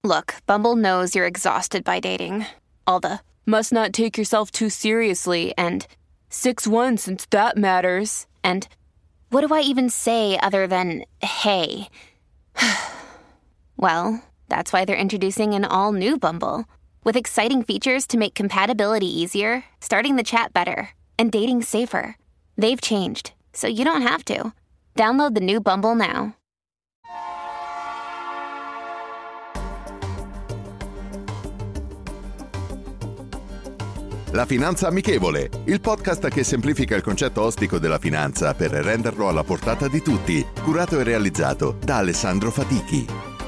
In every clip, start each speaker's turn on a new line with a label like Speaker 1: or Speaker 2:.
Speaker 1: Look, Bumble knows you're exhausted by dating. All the must not take yourself too seriously and 6'1" since that matters. And what do I even say other than hey? Well, that's why they're introducing an all-new Bumble with exciting features to make compatibility easier, starting the chat better, and dating safer. They've changed, so you don't have to. Download the new Bumble now.
Speaker 2: La Finanza Amichevole, il podcast che semplifica il concetto ostico della finanza per renderlo alla portata di tutti, curato e realizzato da Alessandro Fatichi.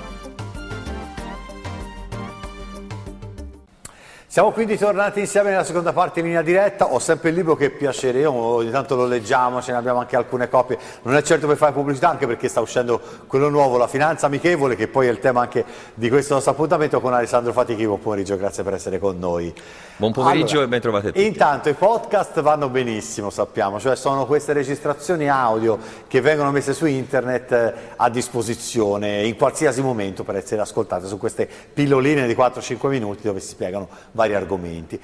Speaker 3: Siamo quindi tornati insieme nella seconda parte in linea diretta. Ho sempre il libro che piacerebbe, ogni tanto lo leggiamo, ce ne abbiamo anche alcune copie. Non è certo per fare pubblicità, anche perché sta uscendo quello nuovo, La Finanza Amichevole, che poi è il tema anche di questo nostro appuntamento con Alessandro Fatichi. Buon pomeriggio, grazie per essere con noi.
Speaker 4: Buon pomeriggio e ben trovati tutti.
Speaker 3: Intanto i podcast vanno benissimo, sappiamo, cioè sono queste registrazioni audio che vengono messe su internet a disposizione in qualsiasi momento per essere ascoltate su queste pilloline di 4-5 minuti dove si spiegano vari argomenti.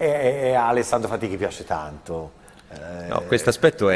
Speaker 3: E a Alessandro Fatichi piace tanto.
Speaker 4: No, questo aspetto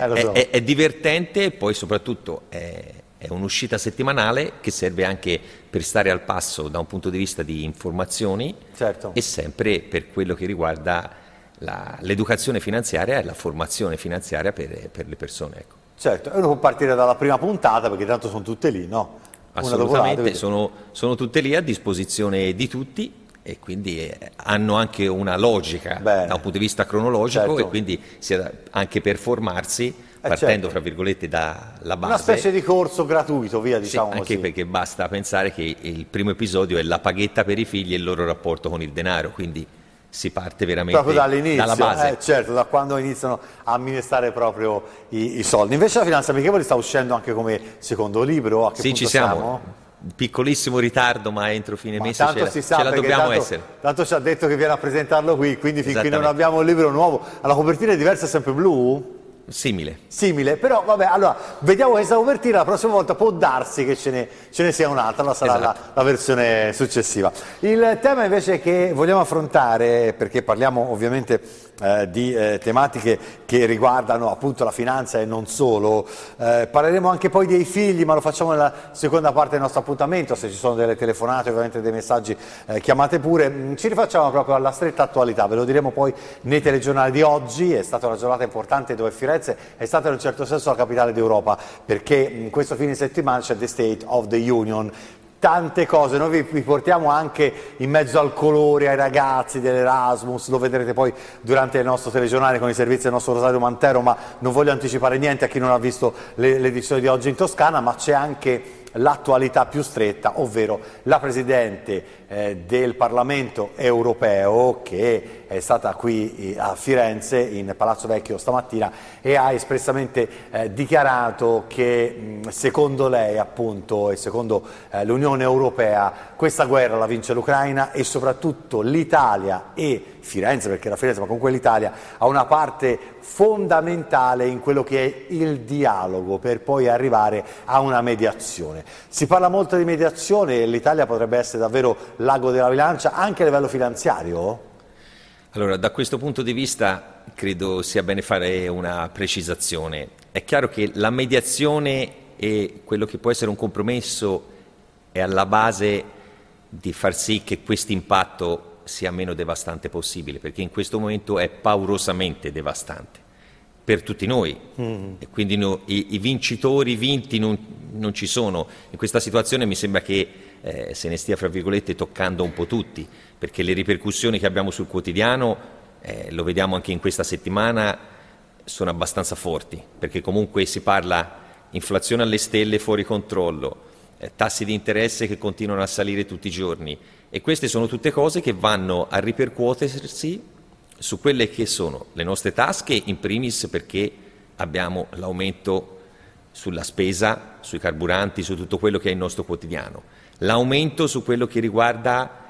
Speaker 4: è divertente e poi soprattutto è un'uscita settimanale che serve anche per stare al passo da un punto di vista di informazioni,
Speaker 3: certo,
Speaker 4: e sempre per quello che riguarda l'educazione finanziaria e la formazione finanziaria per le persone. Ecco.
Speaker 3: Certo, e uno può partire dalla prima puntata perché tanto sono tutte lì, no?
Speaker 4: Assolutamente, sono tutte lì a disposizione di tutti. E quindi hanno anche una logica da un punto di vista cronologico, certo, e quindi anche per formarsi, partendo
Speaker 3: certo,
Speaker 4: fra virgolette dalla base.
Speaker 3: Una specie di corso gratuito, via, diciamo
Speaker 4: sì, anche
Speaker 3: così.
Speaker 4: Perché basta pensare che il primo episodio è la paghetta per i figli e il loro rapporto con il denaro, quindi si parte veramente
Speaker 3: proprio dall'inizio,
Speaker 4: dalla base.
Speaker 3: Certo, da quando iniziano a amministrare proprio i soldi. Invece La Finanza Amichevole sta uscendo anche come secondo libro, a che punto siamo?
Speaker 4: Piccolissimo ritardo, ma entro fine mese
Speaker 3: ce la
Speaker 4: dobbiamo essere.
Speaker 3: Tanto ci ha detto che viene a presentarlo qui, quindi finché non abbiamo un libro nuovo. La copertina è diversa, è sempre blu?
Speaker 4: Simile,
Speaker 3: però vabbè, allora vediamo questa copertina, la prossima volta può darsi che ce ne sia un'altra, allora sarà esatto, la versione successiva. Il tema invece che vogliamo affrontare, perché parliamo ovviamente di tematiche che riguardano appunto la finanza e non solo, parleremo anche poi dei figli, ma lo facciamo nella seconda parte del nostro appuntamento. Se ci sono delle telefonate, ovviamente dei messaggi, chiamate pure. Ci rifacciamo proprio alla stretta attualità, ve lo diremo poi nei telegiornali di oggi. È stata una giornata importante dove Firenze è stata in un certo senso la capitale d'Europa, perché in questo fine settimana c'è The State of the Union. Tante cose, noi vi portiamo anche in mezzo al colore ai ragazzi dell'Erasmus, lo vedrete poi durante il nostro telegiornale con i servizi del nostro Rosario Mantero, ma non voglio anticipare niente a chi non ha visto l'edizione di oggi in Toscana, ma c'è anche l'attualità più stretta, ovvero la Presidente del Parlamento europeo, che è stata qui a Firenze in Palazzo Vecchio stamattina e ha espressamente dichiarato che secondo lei appunto e secondo l'Unione Europea questa guerra la vince l'Ucraina e soprattutto l'Italia e Firenze, perché era Firenze ma comunque l'Italia ha una parte fondamentale in quello che è il dialogo per poi arrivare a una mediazione. Si parla molto di mediazione e l'Italia potrebbe essere davvero l'ago della bilancia anche a livello finanziario?
Speaker 4: Allora, da questo punto di vista credo sia bene fare una precisazione. È chiaro che la mediazione e quello che può essere un compromesso è alla base di far sì che questo impatto sia meno devastante possibile, perché in questo momento è paurosamente devastante per tutti noi. E quindi i vincitori, i vinti non ci sono. In questa situazione mi sembra che se ne stia, fra virgolette, toccando un po' tutti, perché le ripercussioni che abbiamo sul quotidiano, lo vediamo anche in questa settimana, sono abbastanza forti, perché comunque si parla inflazione alle stelle fuori controllo, tassi di interesse che continuano a salire tutti i giorni, e queste sono tutte cose che vanno a ripercuotersi su quelle che sono le nostre tasche, in primis perché abbiamo l'aumento sulla spesa, sui carburanti, su tutto quello che è il nostro quotidiano, l'aumento su quello che riguarda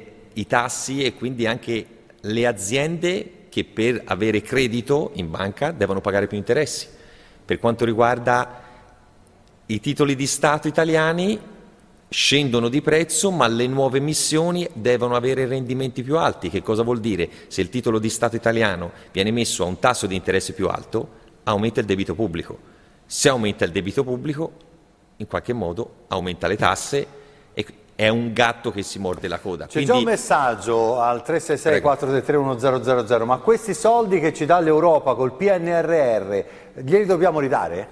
Speaker 4: i tassi e quindi anche le aziende che per avere credito in banca devono pagare più interessi. Per quanto riguarda i titoli di Stato italiani, scendono di prezzo, ma le nuove emissioni devono avere rendimenti più alti. Che cosa vuol dire? Se il titolo di Stato italiano viene messo a un tasso di interesse più alto, aumenta il debito pubblico. Se aumenta il debito pubblico, in qualche modo aumenta le tasse, e è un gatto che si morde la coda.
Speaker 3: C'è già un messaggio al 366-433-1000, ma questi soldi che ci dà l'Europa col PNRR, glieli dobbiamo ridare?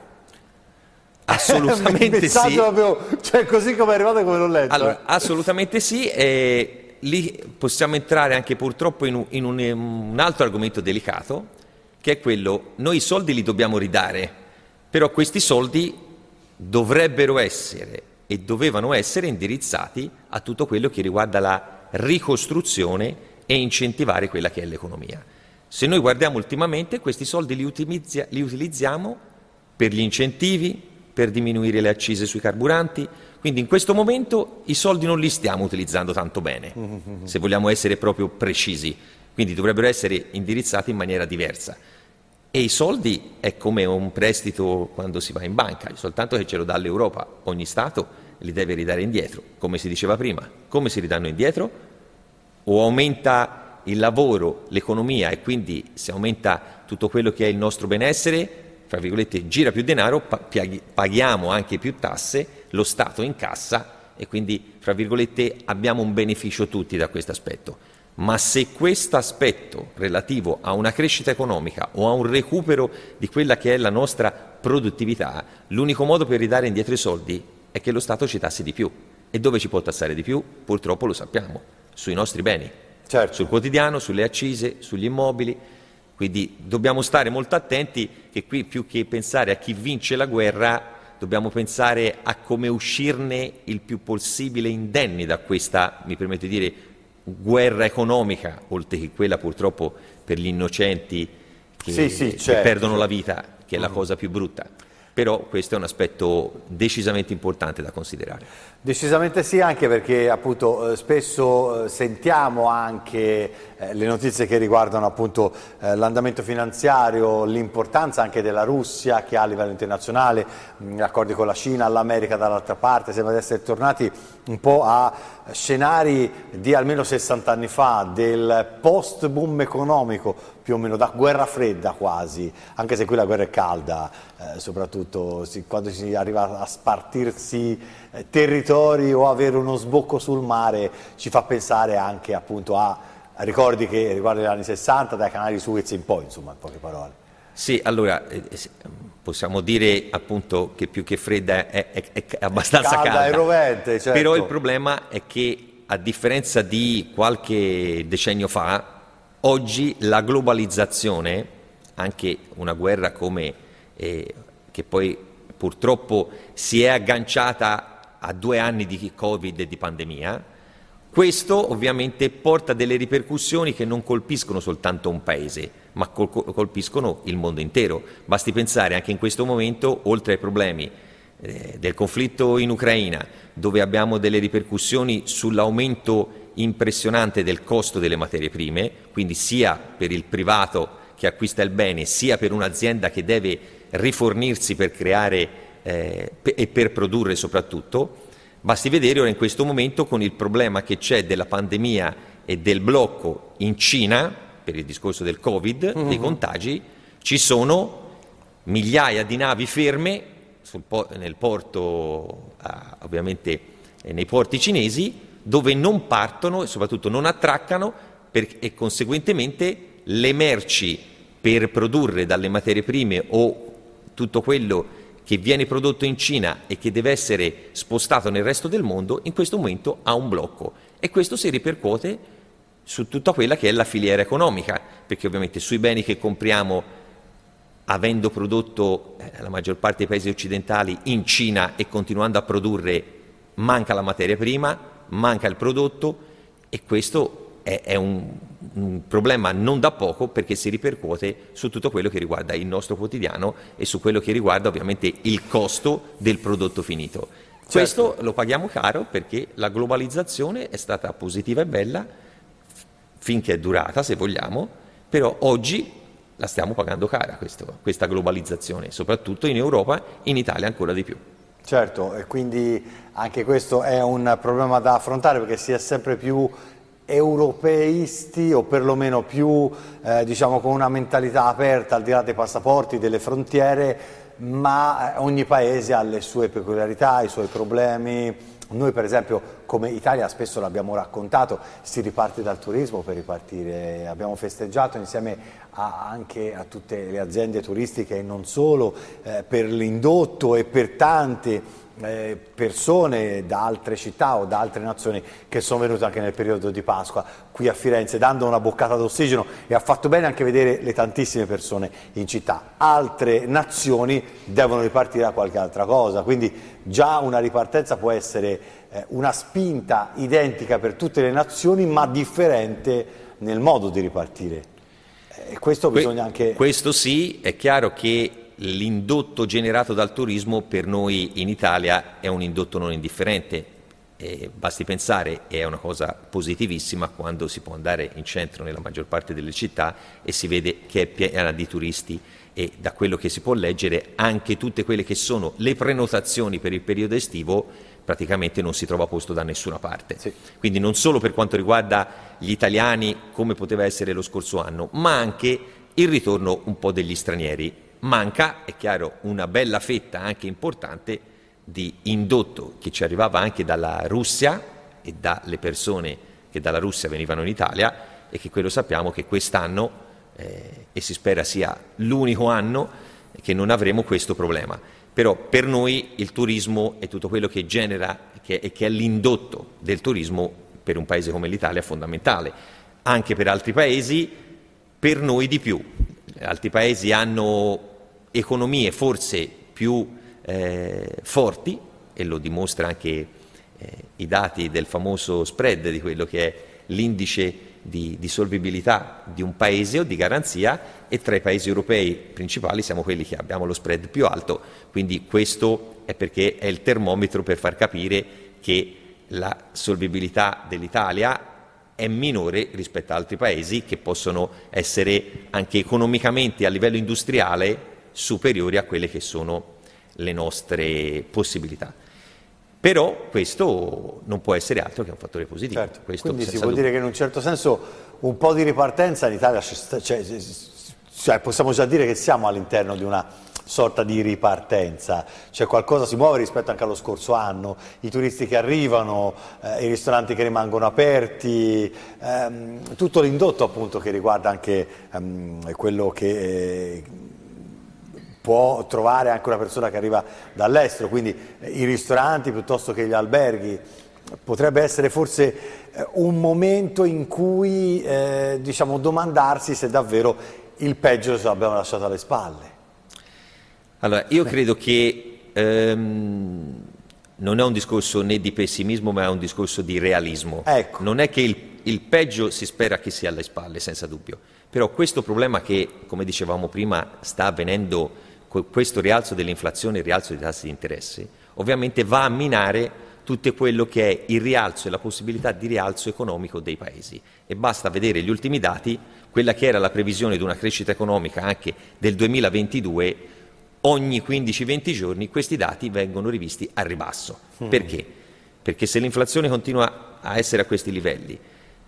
Speaker 4: Assolutamente sì.
Speaker 3: Proprio, cioè così come è arrivato, come l'ho letto.
Speaker 4: Allora, assolutamente sì, lì possiamo entrare anche purtroppo in un altro argomento delicato, che è quello: noi i soldi li dobbiamo ridare, però questi soldi dovrebbero essere e dovevano essere indirizzati a tutto quello che riguarda la ricostruzione e incentivare quella che è l'economia. Se noi guardiamo ultimamente, questi soldi li utilizziamo per gli incentivi, per diminuire le accise sui carburanti, quindi in questo momento i soldi non li stiamo utilizzando tanto bene, se vogliamo essere proprio precisi, quindi dovrebbero essere indirizzati in maniera diversa. E i soldi è come un prestito quando si va in banca, soltanto che ce lo dà l'Europa, ogni Stato li deve ridare indietro, come si diceva prima. Come si ridanno indietro? O aumenta il lavoro, l'economia, e quindi se aumenta tutto quello che è il nostro benessere, fra virgolette, gira più denaro, paghiamo anche più tasse, lo Stato incassa e quindi, fra virgolette, abbiamo un beneficio tutti da questo aspetto. Ma se questo aspetto relativo a una crescita economica o a un recupero di quella che è la nostra produttività, l'unico modo per ridare indietro i soldi è che lo Stato ci tassi di più. E dove ci può tassare di più? Purtroppo lo sappiamo, sui nostri beni,
Speaker 3: certo,
Speaker 4: sul quotidiano, sulle accise, sugli immobili. Quindi dobbiamo stare molto attenti, che qui più che pensare a chi vince la guerra, dobbiamo pensare a come uscirne il più possibile indenni da questa, mi permetto di dire, guerra economica, oltre che quella purtroppo per gli innocenti che
Speaker 3: certo,
Speaker 4: perdono la vita, che è la cosa più brutta. Però questo è un aspetto decisamente importante da considerare.
Speaker 3: Decisamente sì, anche perché appunto spesso sentiamo anche le notizie che riguardano appunto l'andamento finanziario, l'importanza anche della Russia che ha a livello internazionale, accordi con la Cina, l'America dall'altra parte, sembra di essere tornati un po' a scenari di almeno 60 anni fa, del post-boom economico, più o meno da guerra fredda quasi, anche se qui la guerra è calda, soprattutto quando si arriva a spartirsi territori o avere uno sbocco sul mare, ci fa pensare anche appunto a ricordi che riguardano gli anni 60, dai canali di Suez in poi, insomma, in poche parole.
Speaker 4: Sì, allora possiamo dire appunto che più che fredda è abbastanza calda,
Speaker 3: è rovente, certo.
Speaker 4: Però il problema è che, a differenza di qualche decennio fa, oggi la globalizzazione, anche una guerra come che poi purtroppo si è agganciata a 2 anni di Covid e di pandemia, questo ovviamente porta delle ripercussioni che non colpiscono soltanto un paese, ma colpiscono il mondo intero. Basti pensare anche in questo momento, oltre ai problemi del conflitto in Ucraina, dove abbiamo delle ripercussioni sull'aumento impressionante del costo delle materie prime, quindi sia per il privato che acquista il bene, sia per un'azienda che deve rifornirsi per creare e per produrre soprattutto. Basti vedere ora in questo momento, con il problema che c'è della pandemia e del blocco in Cina, per il discorso del Covid, dei contagi, ci sono migliaia di navi ferme nel porto, ovviamente nei porti cinesi, dove non partono e soprattutto non attraccano, e conseguentemente le merci per produrre dalle materie prime o tutto quello che viene prodotto in Cina e che deve essere spostato nel resto del mondo, in questo momento ha un blocco, e questo si ripercuote su tutta quella che è la filiera economica, perché ovviamente sui beni che compriamo, avendo prodotto la maggior parte dei paesi occidentali in Cina e continuando a produrre, manca la materia prima, manca il prodotto, e questo è un problema non da poco, perché si ripercuote su tutto quello che riguarda il nostro quotidiano e su quello che riguarda ovviamente il costo del prodotto finito. Certo. Questo lo paghiamo caro, perché la globalizzazione è stata positiva e bella finché è durata, se vogliamo, però oggi la stiamo pagando cara questa globalizzazione, soprattutto in Europa, in Italia ancora di più.
Speaker 3: Certo, e quindi anche questo è un problema da affrontare, perché si è sempre più europeisti, o perlomeno più diciamo con una mentalità aperta al di là dei passaporti, delle frontiere, ma ogni paese ha le sue peculiarità, i suoi problemi. Noi per esempio come Italia, spesso l'abbiamo raccontato, si riparte dal turismo per ripartire, abbiamo festeggiato insieme anche a tutte le aziende turistiche e non solo, per l'indotto e per tante persone da altre città o da altre nazioni che sono venute anche nel periodo di Pasqua qui a Firenze, dando una boccata d'ossigeno, e ha fatto bene anche vedere le tantissime persone in città. Altre nazioni devono ripartire a qualche altra cosa, quindi già una ripartenza può essere una spinta identica per tutte le nazioni, ma differente nel modo di ripartire. E questo bisogna anche...
Speaker 4: Questo sì, è chiaro che l'indotto generato dal turismo per noi in Italia è un indotto non indifferente, basti pensare, è una cosa positivissima quando si può andare in centro nella maggior parte delle città e si vede che è piena di turisti, e da quello che si può leggere anche tutte quelle che sono le prenotazioni per il periodo estivo praticamente non si trova posto da nessuna parte. Sì. Quindi non solo per quanto riguarda gli italiani come poteva essere lo scorso anno, ma anche il ritorno un po' degli stranieri. Manca, è chiaro, una bella fetta anche importante di indotto che ci arrivava anche dalla Russia e dalle persone che dalla Russia venivano in Italia, e che quello sappiamo che quest'anno, e si spera sia l'unico anno, che non avremo questo problema. Però per noi il turismo e tutto quello che genera, che è l'indotto del turismo per un paese come l'Italia è fondamentale, anche per altri paesi, per noi di più. Altri paesi hanno economie forse più forti, e lo dimostra anche i dati del famoso spread, di quello che è l'indice di solvibilità di un paese o di garanzia, e tra i paesi europei principali siamo quelli che abbiamo lo spread più alto, quindi questo è perché è il termometro per far capire che la solvibilità dell'Italia è minore rispetto ad altri paesi che possono essere anche economicamente a livello industriale superiori a quelle che sono le nostre possibilità. Però questo non può essere altro che un fattore positivo.
Speaker 3: Certo. Quindi si può dire che in un certo senso un po' di ripartenza in Italia cioè possiamo già dire che siamo all'interno di una sorta di ripartenza, cioè qualcosa si muove rispetto anche allo scorso anno, i turisti che arrivano, i ristoranti che rimangono aperti, tutto l'indotto appunto che riguarda anche quello che può trovare anche una persona che arriva dall'estero, quindi i ristoranti piuttosto che gli alberghi. Potrebbe essere forse un momento in cui diciamo domandarsi se davvero il peggio ce l'abbiamo lasciato alle spalle.
Speaker 4: Allora, io credo che non è un discorso né di pessimismo, ma è un discorso di realismo.
Speaker 3: Ecco.
Speaker 4: Non è che il peggio si spera che sia alle spalle, senza dubbio. Però questo problema che, come dicevamo prima, sta avvenendo con questo rialzo dell'inflazione e il rialzo dei tassi di interesse, ovviamente va a minare tutto quello che è il rialzo e la possibilità di rialzo economico dei paesi. E basta vedere gli ultimi dati, quella che era la previsione di una crescita economica anche del 2022, ogni 15-20 giorni questi dati vengono rivisti a ribasso. Perché? Perché se l'inflazione continua a essere a questi livelli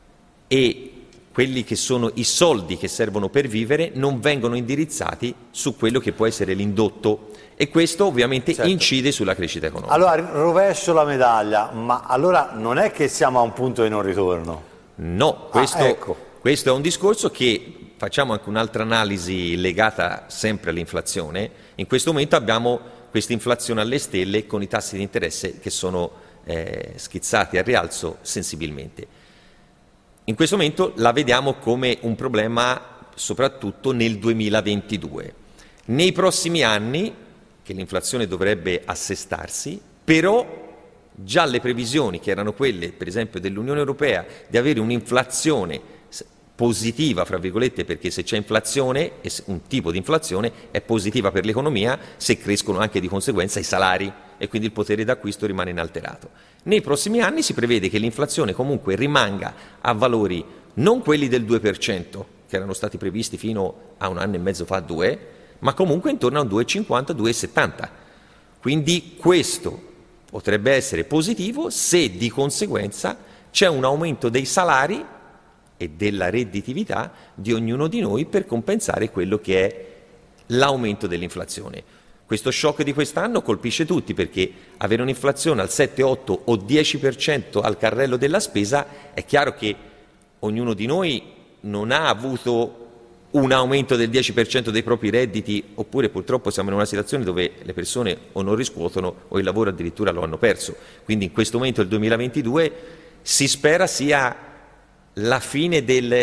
Speaker 4: e quelli che sono i soldi che servono per vivere non vengono indirizzati su quello che può essere l'indotto, e questo ovviamente incide sulla crescita economica.
Speaker 3: Allora rovescio la medaglia, ma allora non è che siamo a un punto di non ritorno?
Speaker 4: No, questo è un discorso che facciamo anche un'altra analisi legata sempre all'inflazione. In questo momento abbiamo questa inflazione alle stelle con i tassi di interesse che sono schizzati al rialzo sensibilmente. In questo momento la vediamo come un problema soprattutto nel 2022. Nei prossimi anni, che l'inflazione dovrebbe assestarsi, però già le previsioni che erano quelle, per esempio, dell'Unione Europea di avere un'inflazione positiva, fra virgolette, perché se c'è inflazione, un tipo di inflazione è positiva per l'economia se crescono anche di conseguenza i salari e quindi il potere d'acquisto rimane inalterato. Nei prossimi anni si prevede che l'inflazione comunque rimanga a valori non quelli del 2%, che erano stati previsti fino a un anno e mezzo fa, 2, ma comunque intorno a un 2,50-2,70. Quindi questo potrebbe essere positivo se di conseguenza c'è un aumento dei salari e della redditività di ognuno di noi per compensare quello che è l'aumento dell'inflazione. Questo shock di quest'anno colpisce tutti perché avere un'inflazione al 7, 8 o 10% al carrello della spesa è chiaro che ognuno di noi non ha avuto un aumento del 10% dei propri redditi, oppure purtroppo siamo in una situazione dove le persone o non riscuotono o il lavoro addirittura lo hanno perso. Quindi in questo momento, il 2022, si spera sia la fine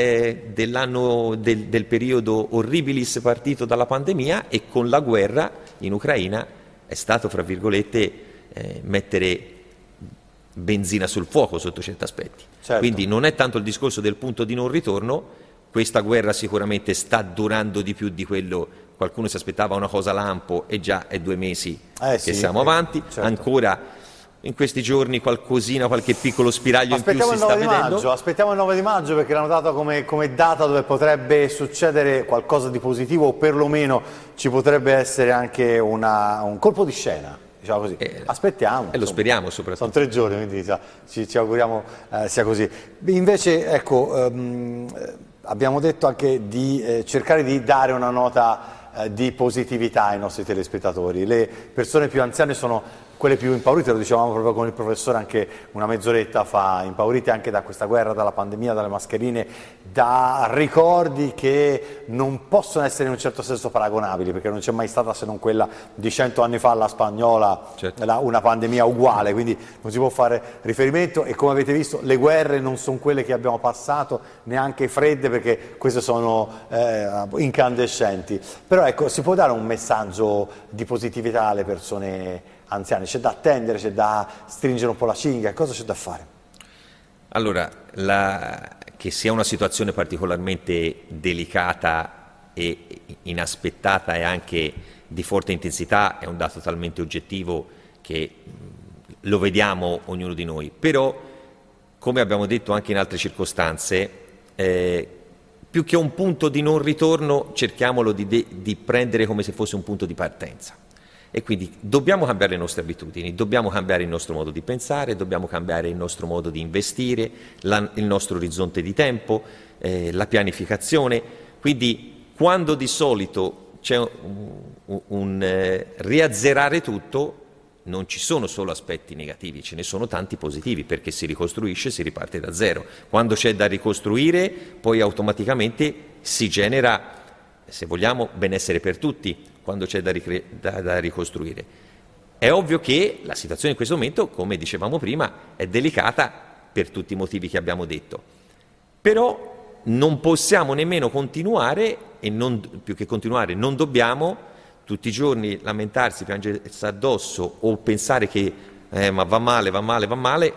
Speaker 4: dell'anno del periodo horribilis partito dalla pandemia, e con la guerra in Ucraina è stato, fra virgolette, mettere benzina sul fuoco sotto certi aspetti.
Speaker 3: Certo.
Speaker 4: Quindi non è tanto il discorso del punto di non ritorno. Questa guerra sicuramente sta durando di più di quello, qualcuno si aspettava una cosa lampo e già è 2 mesi che siamo avanti, certo. Ancora in questi giorni qualcosina, qualche piccolo spiraglio in più si sta vedendo.
Speaker 3: Aspettiamo il 9 di maggio perché l'hanno dato come data dove potrebbe succedere qualcosa di positivo, o perlomeno ci potrebbe essere anche un colpo di scena. Diciamo così. Aspettiamo.
Speaker 4: E lo speriamo soprattutto.
Speaker 3: Sono 3 giorni, quindi ci auguriamo sia così. Invece, ecco, abbiamo detto anche di cercare di dare una nota di positività ai nostri telespettatori. Le persone più anziane sono quelle più impaurite, lo dicevamo proprio con il professore anche una mezz'oretta fa, impaurite anche da questa guerra, dalla pandemia, dalle mascherine, da ricordi che non possono essere in un certo senso paragonabili, perché non c'è mai stata, se non quella di 100 anni fa, la spagnola, certo. Una pandemia uguale, quindi non si può fare riferimento, e come avete visto le guerre non sono quelle che abbiamo passato, neanche fredde, perché queste sono incandescenti. Però ecco, si può dare un messaggio di positività alle persone anziani? C'è da attendere, c'è da stringere un po' la cinghia, cosa c'è da fare?
Speaker 4: Allora, che sia una situazione particolarmente delicata e inaspettata e anche di forte intensità è un dato talmente oggettivo che lo vediamo ognuno di noi, però come abbiamo detto anche in altre circostanze, più che un punto di non ritorno cerchiamolo di prendere come se fosse un punto di partenza. E quindi dobbiamo cambiare le nostre abitudini, dobbiamo cambiare il nostro modo di pensare, dobbiamo cambiare il nostro modo di investire, il nostro orizzonte di tempo, la pianificazione. Quindi quando di solito c'è un riazzerare tutto, non ci sono solo aspetti negativi, ce ne sono tanti positivi, perché si ricostruisce, si riparte da zero. Quando c'è da ricostruire, poi automaticamente si genera, se vogliamo, benessere per tutti. Quando c'è da ricostruire. È ovvio che la situazione in questo momento, come dicevamo prima, è delicata per tutti i motivi che abbiamo detto. Però non possiamo nemmeno continuare, e più che continuare, non dobbiamo tutti i giorni lamentarsi, piangersi addosso o pensare che ma va male.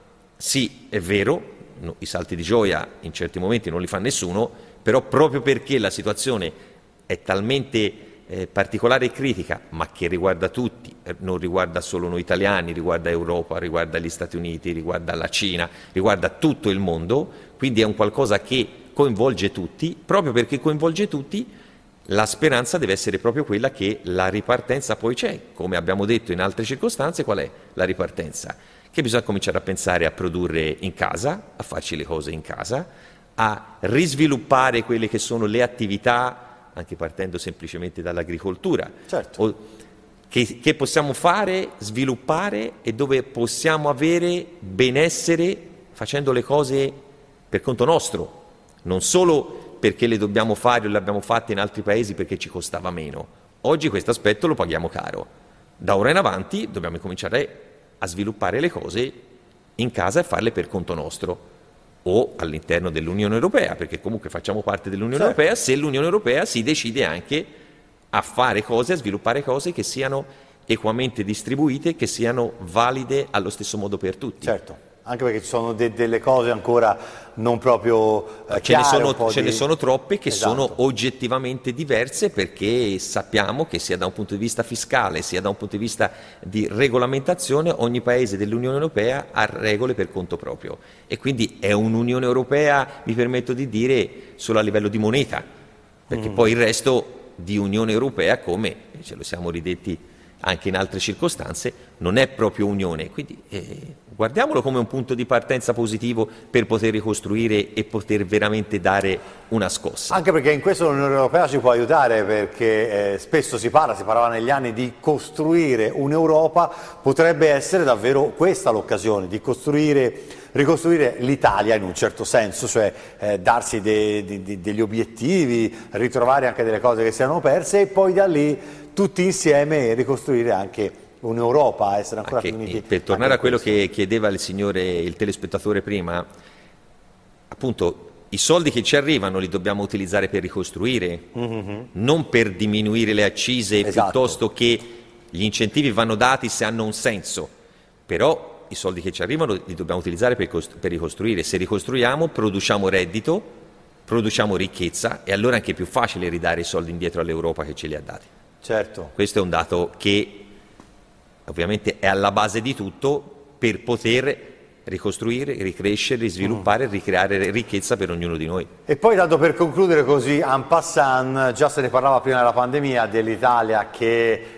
Speaker 4: Sì, è vero, i salti di gioia in certi momenti non li fa nessuno, però proprio perché la situazione è talmente particolare e critica, ma che riguarda tutti, non riguarda solo noi italiani, riguarda Europa, riguarda gli Stati Uniti, riguarda la Cina, riguarda tutto il mondo, quindi è un qualcosa che coinvolge tutti. Proprio perché coinvolge tutti, la speranza deve essere proprio quella che la ripartenza poi c'è. Come abbiamo detto in altre circostanze, qual è la ripartenza? Che bisogna cominciare a pensare a produrre in casa, a farci le cose in casa, a risviluppare quelle che sono le attività, anche partendo semplicemente dall'agricoltura,
Speaker 3: certo.
Speaker 4: Che possiamo fare, sviluppare, e dove possiamo avere benessere facendo le cose per conto nostro, non solo perché le dobbiamo fare o le abbiamo fatte in altri paesi perché ci costava meno. Oggi questo aspetto lo paghiamo caro. Da ora in avanti dobbiamo cominciare a sviluppare le cose in casa e farle per conto nostro, o all'interno dell'Unione Europea, perché comunque facciamo parte dell'Unione Europea, se l'Unione Europea si decide anche a fare cose, a sviluppare cose che siano equamente distribuite, che siano valide allo stesso modo per tutti.
Speaker 3: Certo. Anche perché ci sono delle cose ancora non proprio chiare.
Speaker 4: Ce ne sono troppe che
Speaker 3: esatto.
Speaker 4: sono oggettivamente diverse, perché sappiamo che sia da un punto di vista fiscale sia da un punto di vista di regolamentazione ogni paese dell'Unione Europea ha regole per conto proprio, e quindi è un'Unione Europea, mi permetto di dire, solo a livello di moneta, perché poi il resto di Unione Europea, come ce lo siamo ridetti anche in altre circostanze, non è proprio unione. Quindi guardiamolo come un punto di partenza positivo per poter ricostruire e poter veramente dare una scossa.
Speaker 3: Anche perché in questo l'Unione Europea ci può aiutare, perché spesso si parlava negli anni di costruire un'Europa, potrebbe essere davvero questa l'occasione di ricostruire l'Italia in un certo senso, cioè darsi degli obiettivi, ritrovare anche delle cose che si erano perse e poi da lì tutti insieme ricostruire anche un'Europa, essere ancora più uniti.
Speaker 4: Per tornare a quello che chiedeva il telespettatore prima, appunto i soldi che ci arrivano li dobbiamo utilizzare per ricostruire, non per diminuire le accise, piuttosto che gli incentivi vanno dati se hanno un senso, però i soldi che ci arrivano li dobbiamo utilizzare per ricostruire. Se ricostruiamo, produciamo reddito, produciamo ricchezza, e allora è anche più facile ridare i soldi indietro all'Europa che ce li ha dati.
Speaker 3: Certo.
Speaker 4: Questo è un dato che ovviamente è alla base di tutto per poter ricostruire, ricrescere, sviluppare, ricreare ricchezza per ognuno di noi.
Speaker 3: E poi, tanto per concludere così en passant, già se ne parlava prima della pandemia dell'Italia che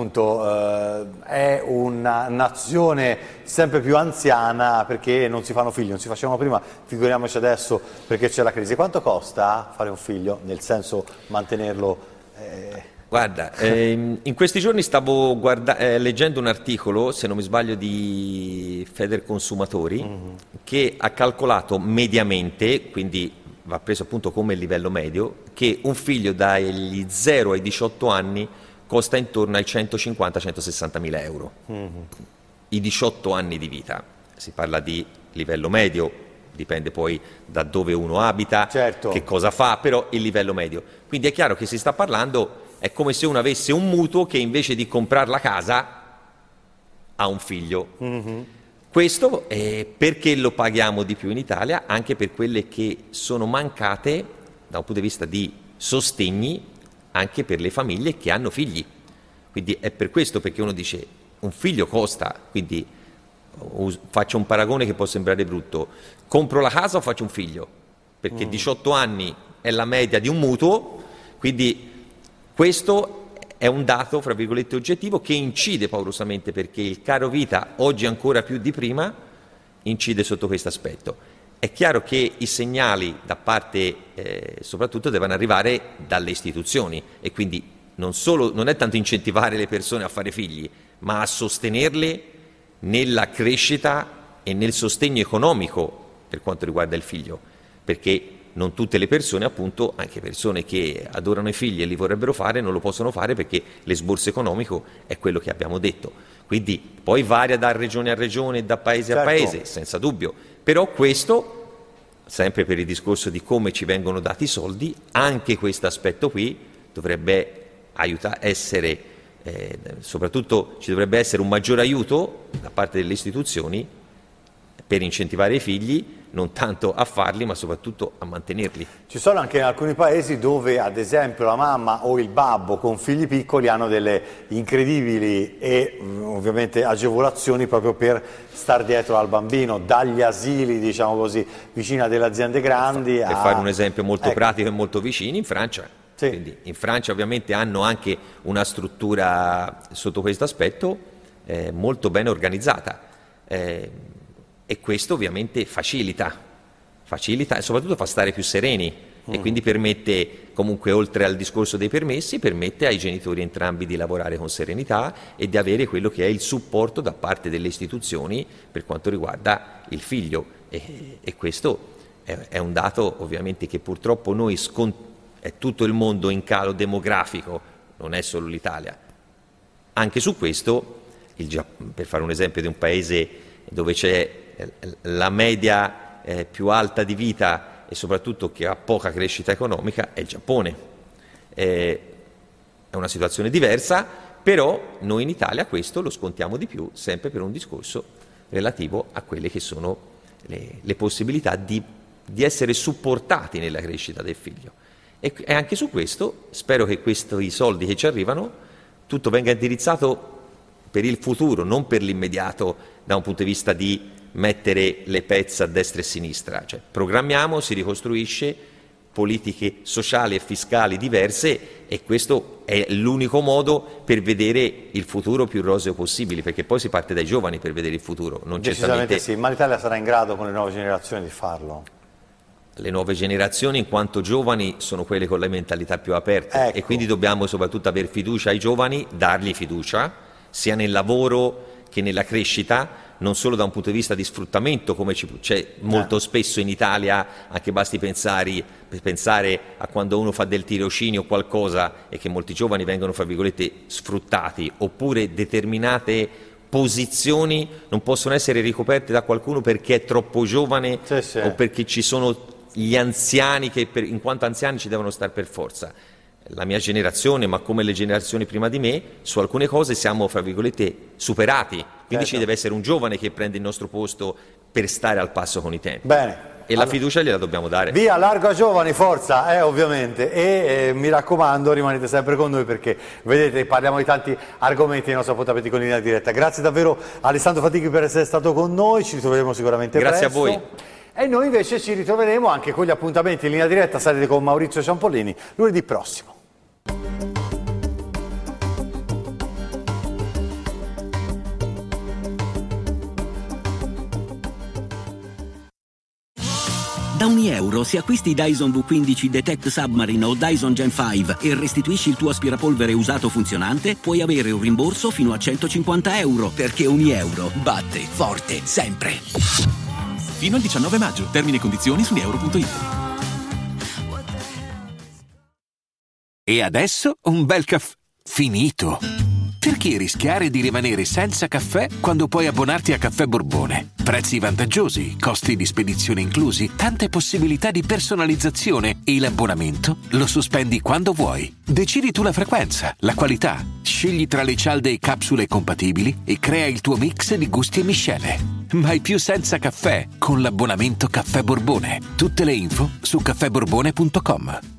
Speaker 3: appunto è una nazione sempre più anziana perché non si fanno figli, non si facevano prima, figuriamoci adesso perché c'è la crisi. Quanto costa fare un figlio, nel senso mantenerlo?
Speaker 4: Guarda, in questi giorni stavo leggendo un articolo, se non mi sbaglio, di Federconsumatori, che ha calcolato mediamente, quindi va preso appunto come livello medio, che un figlio dagli 0 ai 18 anni costa intorno ai 150-160 mila euro. I 18 anni di vita, si parla di livello medio, dipende poi da dove uno abita,
Speaker 3: certo,
Speaker 4: che cosa fa, però il livello medio. Quindi è chiaro che si sta parlando, è come se uno avesse un mutuo che invece di comprare la casa ha un figlio. Questo è perché lo paghiamo di più in Italia, anche per quelle che sono mancate da un punto di vista di sostegni anche per le famiglie che hanno figli. Quindi è per questo, perché uno dice un figlio costa, quindi faccio un paragone che può sembrare brutto: compro la casa o faccio un figlio? Perché 18 anni è la media di un mutuo, quindi questo è un dato, fra virgolette, oggettivo che incide paurosamente, perché il caro vita, oggi ancora più di prima, incide sotto questo aspetto. È chiaro che i segnali da parte, soprattutto, devono arrivare dalle istituzioni, e quindi non è tanto incentivare le persone a fare figli, ma a sostenerle nella crescita e nel sostegno economico per quanto riguarda il figlio, perché non tutte le persone, appunto, anche persone che adorano i figli e li vorrebbero fare, non lo possono fare perché l'esborso economico è quello che abbiamo detto. Quindi poi varia da regione a regione, da paese a paese, senza dubbio. Però questo, sempre per il discorso di come ci vengono dati i soldi, anche questo aspetto qui dovrebbe essere, soprattutto ci dovrebbe essere un maggior aiuto da parte delle istituzioni per incentivare i figli, non tanto a farli, ma soprattutto a mantenerli.
Speaker 3: Ci sono anche alcuni paesi dove, ad esempio, la mamma o il babbo con figli piccoli hanno delle incredibili e ovviamente agevolazioni proprio per star dietro al bambino, dagli asili, diciamo così, vicino a delle aziende grandi.
Speaker 4: Per fare un esempio molto pratico e molto vicino, in Francia.
Speaker 3: Sì.
Speaker 4: Quindi in Francia ovviamente hanno anche una struttura sotto questo aspetto molto ben organizzata. E questo ovviamente facilita e soprattutto fa stare più sereni e quindi permette, comunque, oltre al discorso dei permessi, permette ai genitori entrambi di lavorare con serenità e di avere quello che è il supporto da parte delle istituzioni per quanto riguarda il figlio, e questo è un dato ovviamente che purtroppo è tutto il mondo in calo demografico, non è solo l'Italia. Anche su questo, per fare un esempio di un paese dove c'è la media più alta di vita e soprattutto che ha poca crescita economica, è il Giappone. È una situazione diversa, però noi in Italia questo lo scontiamo di più, sempre per un discorso relativo a quelle che sono le possibilità di essere supportati nella crescita del figlio. E anche su questo spero che questi soldi che ci arrivano, tutto venga indirizzato per il futuro, non per l'immediato, da un punto di vista di mettere le pezze a destra e a sinistra. Cioè, programmiamo, si ricostruisce, politiche sociali e fiscali diverse, e questo è l'unico modo per vedere il futuro più roseo possibile, perché poi si parte dai giovani per vedere il futuro. Non
Speaker 3: Decisamente sì, ma l'Italia sarà in grado con le nuove generazioni di farlo?
Speaker 4: Le nuove generazioni, in quanto giovani, sono quelle con le mentalità più aperte,
Speaker 3: ecco.
Speaker 4: E quindi dobbiamo soprattutto avere fiducia ai giovani, dargli fiducia, sia nel lavoro che nella crescita, non solo da un punto di vista di sfruttamento, come c'è molto spesso in Italia, anche basti pensare a quando uno fa del tirocinio o qualcosa e che molti giovani vengono, fra virgolette, sfruttati, oppure determinate posizioni non possono essere ricoperte da qualcuno perché è troppo giovane,
Speaker 3: sì.
Speaker 4: o perché ci sono gli anziani che in quanto anziani ci devono stare per forza. La mia generazione, ma come le generazioni prima di me, su alcune cose siamo, fra virgolette, superati, quindi ci deve essere un giovane che prende il nostro posto per stare al passo con i tempi.
Speaker 3: Bene.
Speaker 4: E la fiducia gliela dobbiamo dare.
Speaker 3: Via, largo a giovani, forza, ovviamente, e mi raccomando, rimanete sempre con noi, perché vedete, parliamo di tanti argomenti nel nostro appuntamento con Linea Diretta. Grazie davvero a Alessandro Fatichi per essere stato con noi, ci ritroveremo sicuramente
Speaker 4: presto.
Speaker 3: Grazie a voi. E noi invece ci ritroveremo anche con gli appuntamenti in Linea Diretta, sarete con Maurizio Ciampollini lunedì prossimo.
Speaker 5: Da €1 se acquisti Dyson V15 Detect Submarine o Dyson Gen 5 e restituisci il tuo aspirapolvere usato funzionante, puoi avere un rimborso fino a €150, perché €1 batte forte sempre.
Speaker 6: Fino al 19 maggio. Termini e condizioni su euro.it.
Speaker 7: E adesso un bel caffè finito. Perché rischiare di rimanere senza caffè quando puoi abbonarti a Caffè Borbone? Prezzi vantaggiosi, costi di spedizione inclusi, tante possibilità di personalizzazione e l'abbonamento lo sospendi quando vuoi. Decidi tu la frequenza, la qualità, scegli tra le cialde e capsule compatibili e crea il tuo mix di gusti e miscele. Mai più senza caffè con l'abbonamento Caffè Borbone. Tutte le info su caffèborbone.com.